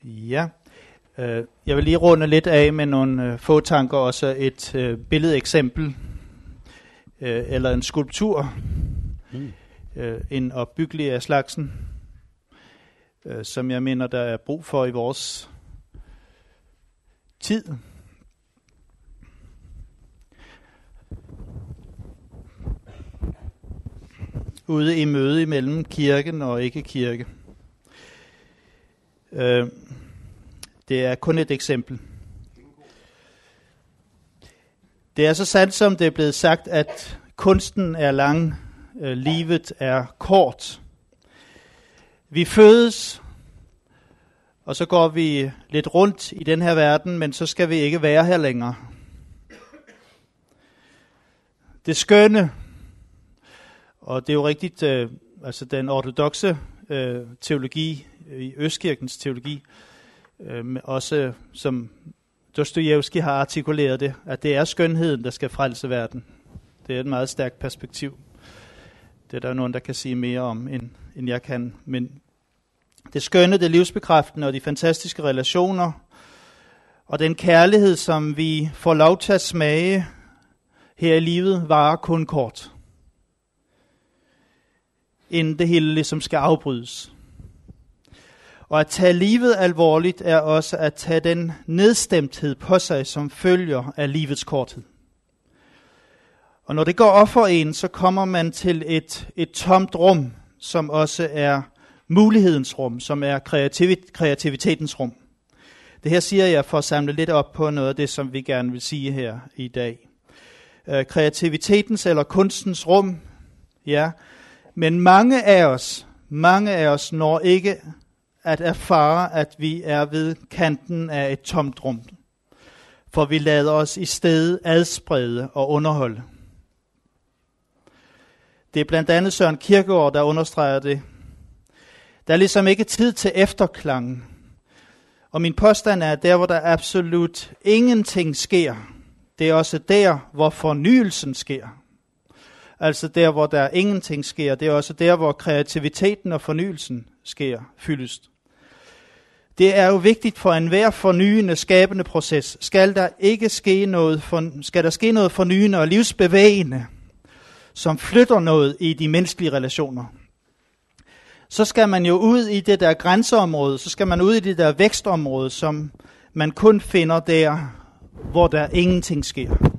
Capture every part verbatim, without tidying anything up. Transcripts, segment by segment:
Ja, øh, jeg vil lige runde lidt af med nogle øh, få tanker, også et øh, billedeksempel, øh, eller en skulptur, mm. øh, en opbyggelig af slagsen, øh, som jeg mener, der er brug for i vores tid. Ude i møde imellem kirken og ikke kirke. Øh, det er kun et eksempel. Det er så sandt, som det er blevet sagt, at kunsten er lang, øh, livet er kort. Vi fødes, og så går vi lidt rundt i den her verden, men så skal vi ikke være her længere. Det skønne, og det er jo rigtigt, øh, altså den ortodokse øh, teologi, i Østkirkens teologi, øh, også som Dostojevskij har artikuleret det, at det er skønheden, der skal frelse verden. Det er et meget stærkt perspektiv. Det er der nogen, der kan sige mere om, end, end jeg kan. Men det skønne, det livsbekræftende og de fantastiske relationer, og den kærlighed, som vi får lov til at smage her i livet, varer kun kort. Inden det hele ligesom skal afbrydes. Og at tage livet alvorligt er også at tage den nedstemthed på sig, som følger af livets korthed. Og når det går op for en, så kommer man til et, et tomt rum, som også er mulighedens rum, som er kreativit- kreativitetens rum. Det her siger jeg for at samle lidt op på noget af det, som vi gerne vil sige her i dag. Øh, kreativitetens eller kunstens rum, ja, men mange af os, mange af os når ikke at erfare, at vi er ved kanten af et tomt rum. For vi lader os i stedet adsprede og underholde. Det er blandt andet Søren Kierkegaard, der understreger det. Der er ligesom ikke tid til efterklang. Og min påstand er, at der, hvor der absolut ingenting sker, det er også der, hvor fornyelsen sker. Altså der, hvor der ingenting sker, det er også der, hvor kreativiteten og fornyelsen sker fyldest. Det er jo vigtigt for enhver fornyende, skabende proces. Skal der ikke ske noget, for, skal der ske noget fornyende og livsbevægende, som flytter noget i de menneskelige relationer, så skal man jo ud i det der grænseområde, så skal man ud i det der vækstområde, som man kun finder der, hvor der ingenting sker.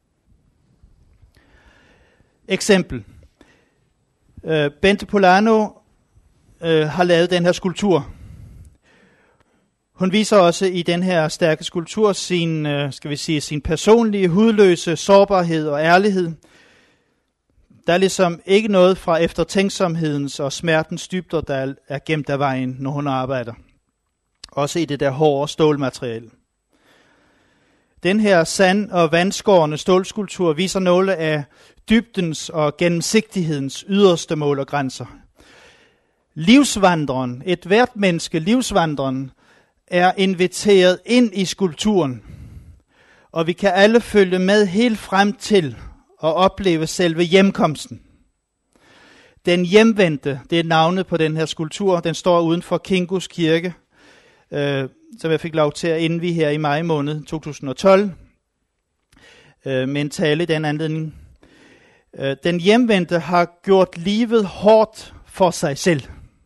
Eksempel. Øh, Bente Polano øh, har lavet den her skulptur. Hun viser også i den her stærke skulptur sin, øh, skal vi sige, sin personlige, hudløse sårbarhed og ærlighed. Der er ligesom ikke noget fra eftertænksomhedens og smertens dybder, der er gemt af vejen, når hun arbejder. Også i det der hårde stålmateriale. Den her sand- og vandskårende stålskulptur viser nogle af dybdens og gennemsigtighedens yderste mål og grænser. Livsvandreren, et hvert menneske, livsvandreren, er inviteret ind i skulpturen. Og vi kan alle følge med helt frem til og opleve selve hjemkomsten. Den hjemvendte, det er navnet på den her skulptur, den står uden for Kingus Kirke, øh, som jeg fik lov til at indvie her i maj måned to tusind og tolv, øh, med en tale i den anledning. Øh, den hjemvendte har gjort livet hårdt for sig selv,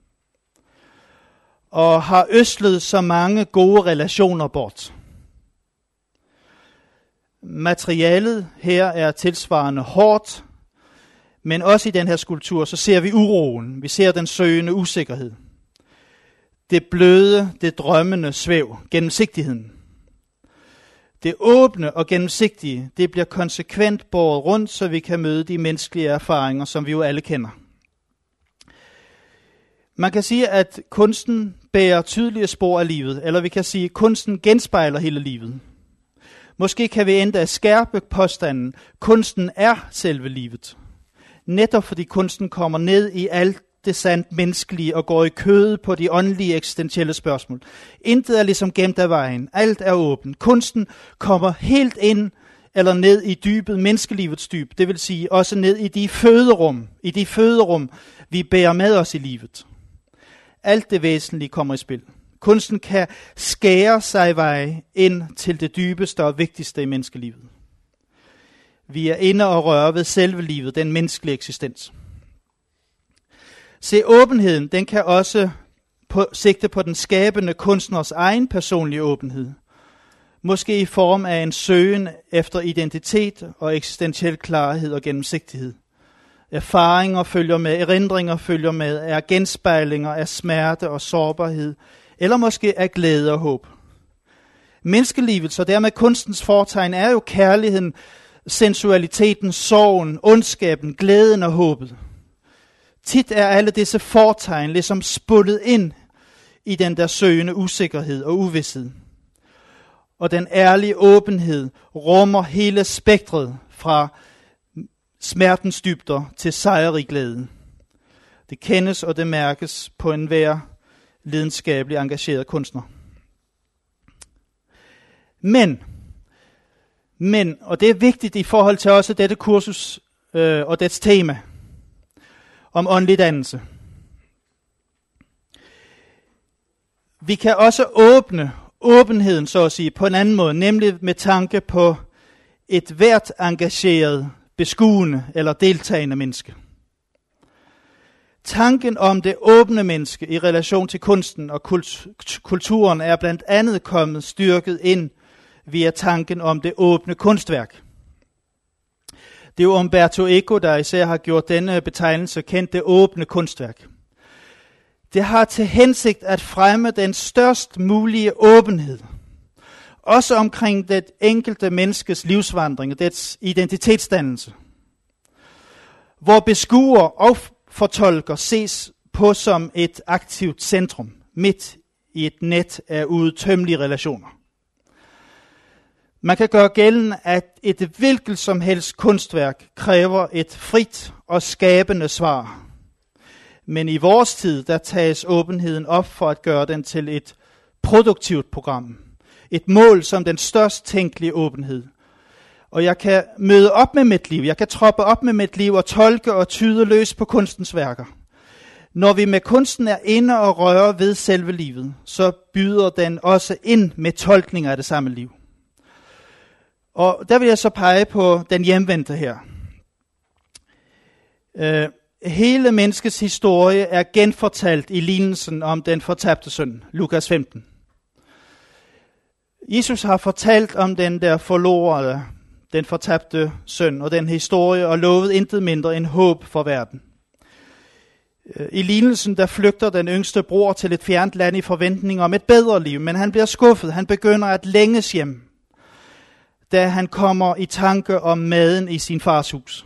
og har ødslet så mange gode relationer bort. Materialet her er tilsvarende hårdt, men også i den her skulptur, så ser vi uroen, vi ser den søgende usikkerhed. Det bløde, det drømmende svæv, gennemsigtigheden. Det åbne og gennemsigtige, det bliver konsekvent båret rundt, så vi kan møde de menneskelige erfaringer, som vi jo alle kender. Man kan sige, at kunsten bærer tydelige spor af livet, eller vi kan sige, at kunsten genspejler hele livet. Måske kan vi endda skærpe påstanden, kunsten er selve livet. Netop fordi kunsten kommer ned i alt det sandt menneskelige og går i kødet på de åndelige eksistentielle spørgsmål. Intet er ligesom gemt af vejen. Alt er åbent. Kunsten kommer helt ind eller ned i dybet, menneskelivets dyb. Det vil sige også ned i de føderum, i de føderum, vi bærer med os i livet. Alt det væsentlige kommer i spil. Kunsten kan skære sig vej ind til det dybeste og vigtigste i menneskelivet. Vi er inde og røre ved selve livet, den menneskelige eksistens. Se, åbenheden, den kan også på, sigte på den skabende kunstners egen personlige åbenhed. Måske i form af en søgen efter identitet og eksistentiel klarhed og gennemsigtighed. Erfaringer følger med, erindringer følger med, er genspejlinger af smerte og sårbarhed, eller måske af glæde og håb. Menneskelivet, så dermed kunstens fortegn, er jo kærligheden, sensualiteten, sorgen, ondskaben, glæden og håbet. Tit er alle disse fortegn ligesom spullet ind i den der søgende usikkerhed og uvished. Og den ærlige åbenhed rummer hele spektret fra smertens dybder til sejrig glæde. Det kendes og det mærkes på enhver lidenskabelig engageret kunstner. Men, men, og det er vigtigt i forhold til også dette kursus øh, og dets tema om åndelig dannelse. Vi kan også åbne åbenheden, så at sige, på en anden måde, nemlig med tanke på et hvert engageret, beskuende eller deltagende menneske. Tanken om det åbne menneske i relation til kunsten og kulturen er blandt andet kommet styrket ind via tanken om det åbne kunstværk. Det er jo Umberto Eco, der især har gjort denne betegnelse kendt, det åbne kunstværk. Det har til hensigt at fremme den størst mulige åbenhed, også omkring det enkelte menneskes livsvandring og dets identitetsdannelse, hvor beskuer og fortolker ses på som et aktivt centrum, midt i et net af udtømmelige relationer. Man kan gøre gældende, at et hvilket som helst kunstværk kræver et frit og skabende svar. Men i vores tid, der tages åbenheden op for at gøre den til et produktivt program. Et mål som den størst tænkelige åbenhed. Og jeg kan møde op med mit liv, jeg kan troppe op med mit liv og tolke og tyde løs på kunstens værker. Når vi med kunsten er inde og rører ved selve livet, så byder den også ind med tolkninger af det samme liv. Og der vil jeg så pege på den hjemvendte her. Øh, hele menneskets historie er genfortalt i lignelsen om den fortabte søn, Lukas femten. Jesus har fortalt om den der forlorede, den fortabte søn og den historie og lovet intet mindre end håb for verden. I lignelsen der flygter den yngste bror til et fjernt land i forventning om et bedre liv, men han bliver skuffet. Han begynder at længes hjem, da han kommer i tanke om maden i sin fars hus.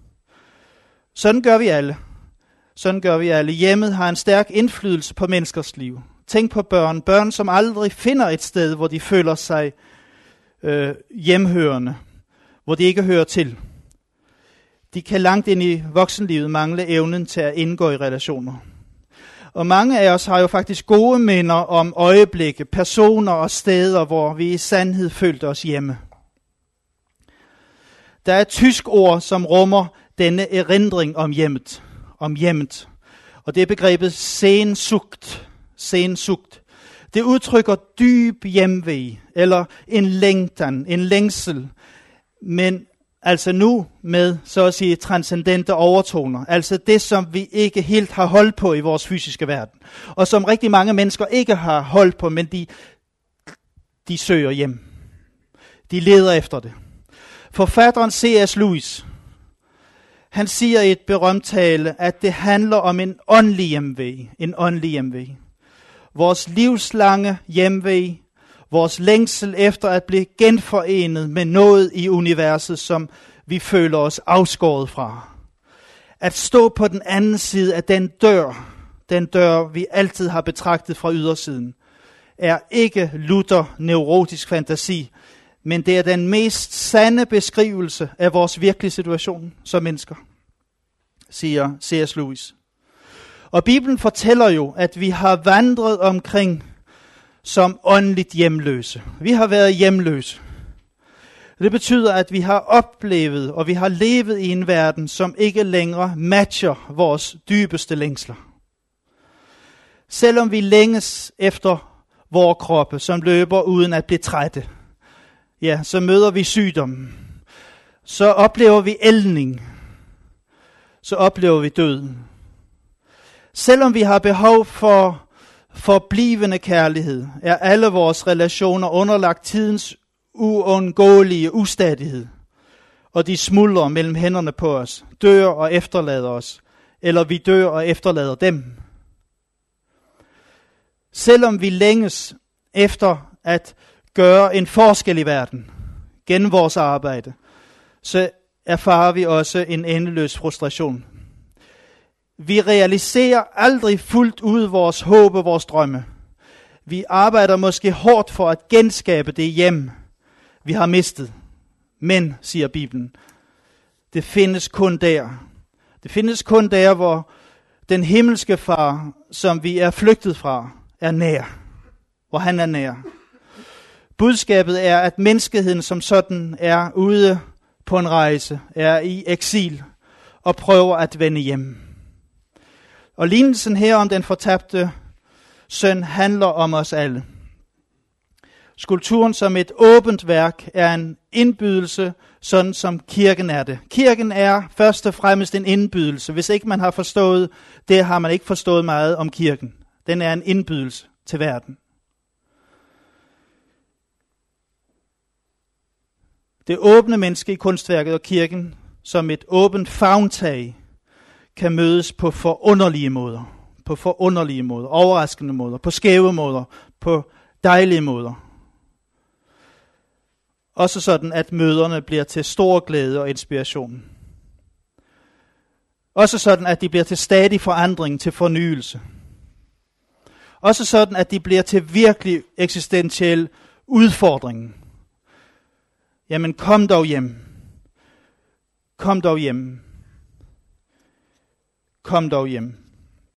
Sådan gør vi alle. Sådan gør vi alle. Hjemmet har en stærk indflydelse på menneskers liv. Tænk på børn. Børn, som aldrig finder et sted, hvor de føler sig øh, hjemhørende, hvor de ikke hører til. De kan langt ind i voksenlivet mangle evnen til at indgå i relationer. Og mange af os har jo faktisk gode minder om øjeblikke, personer og steder, hvor vi i sandhed følte os hjemme. Der er et tysk ord, som rummer denne erindring om hjemmet. Om hjemmet. Og det er begrebet Sehnsucht. Sehnsucht. Det udtrykker dyb hjemve, eller en længtan, en længsel, men altså nu med, så at sige, transcendente overtoner. Altså det, som vi ikke helt har holdt på i vores fysiske verden. Og som rigtig mange mennesker ikke har holdt på, men de, de søger hjem. De leder efter det. Forfatteren C S Lewis, han siger i et berømt tale, at det handler om en åndelig hjemve. En åndelig hjemve. Vores livslange hjemve, vores længsel efter at blive genforenet med noget i universet, som vi føler os afskåret fra. At stå på den anden side af den dør, den dør vi altid har betragtet fra ydersiden, er ikke lutter neurotisk fantasi, men det er den mest sande beskrivelse af vores virkelige situation som mennesker, siger C S Lewis. Og Bibelen fortæller jo, at vi har vandret omkring som åndeligt hjemløse. Vi har været hjemløse. Det betyder, at vi har oplevet, og vi har levet i en verden, som ikke længere matcher vores dybeste længsler. Selvom vi længes efter vores kroppe, som løber uden at blive trætte. Ja, så møder vi sygdom. Så oplever vi ældning. Så oplever vi død. Selvom vi har behov for forblivende kærlighed, er alle vores relationer underlagt tidens uundgåelige ustadighed. Og de smuldrer mellem hænderne på os, dør og efterlader os, eller vi dør og efterlader dem. Selvom vi længes efter at gøre en forskel i verden, gennem vores arbejde, så erfarer vi også en endeløs frustration. Vi realiserer aldrig fuldt ud vores håb og vores drømme. Vi arbejder måske hårdt for at genskabe det hjem, vi har mistet. Men, siger Bibelen, det findes kun der. Det findes kun der, hvor den himmelske far, som vi er flygtet fra, er nær. Hvor han er nær. Budskabet er, at menneskeheden som sådan er ude på en rejse, er i eksil og prøver at vende hjem. Og lignelsen her om den fortabte søn handler om os alle. Skulpturen som et åbent værk er en indbydelse, sådan som kirken er det. Kirken er først og fremmest en indbydelse. Hvis ikke man har forstået det, har man ikke forstået meget om kirken. Den er en indbydelse til verden. Det åbne menneske i kunstværket og kirken, som et åbent favntag, kan mødes på forunderlige måder. På forunderlige måder, overraskende måder, på skæve måder, på dejlige måder. Også sådan, at møderne bliver til stor glæde og inspiration. Også sådan, at de bliver til stadig forandring, til fornyelse. Også sådan, at de bliver til virkelig eksistentiel udfordring. Jamen, kom dog hjem. Kom dog hjem. Kom dog hjem.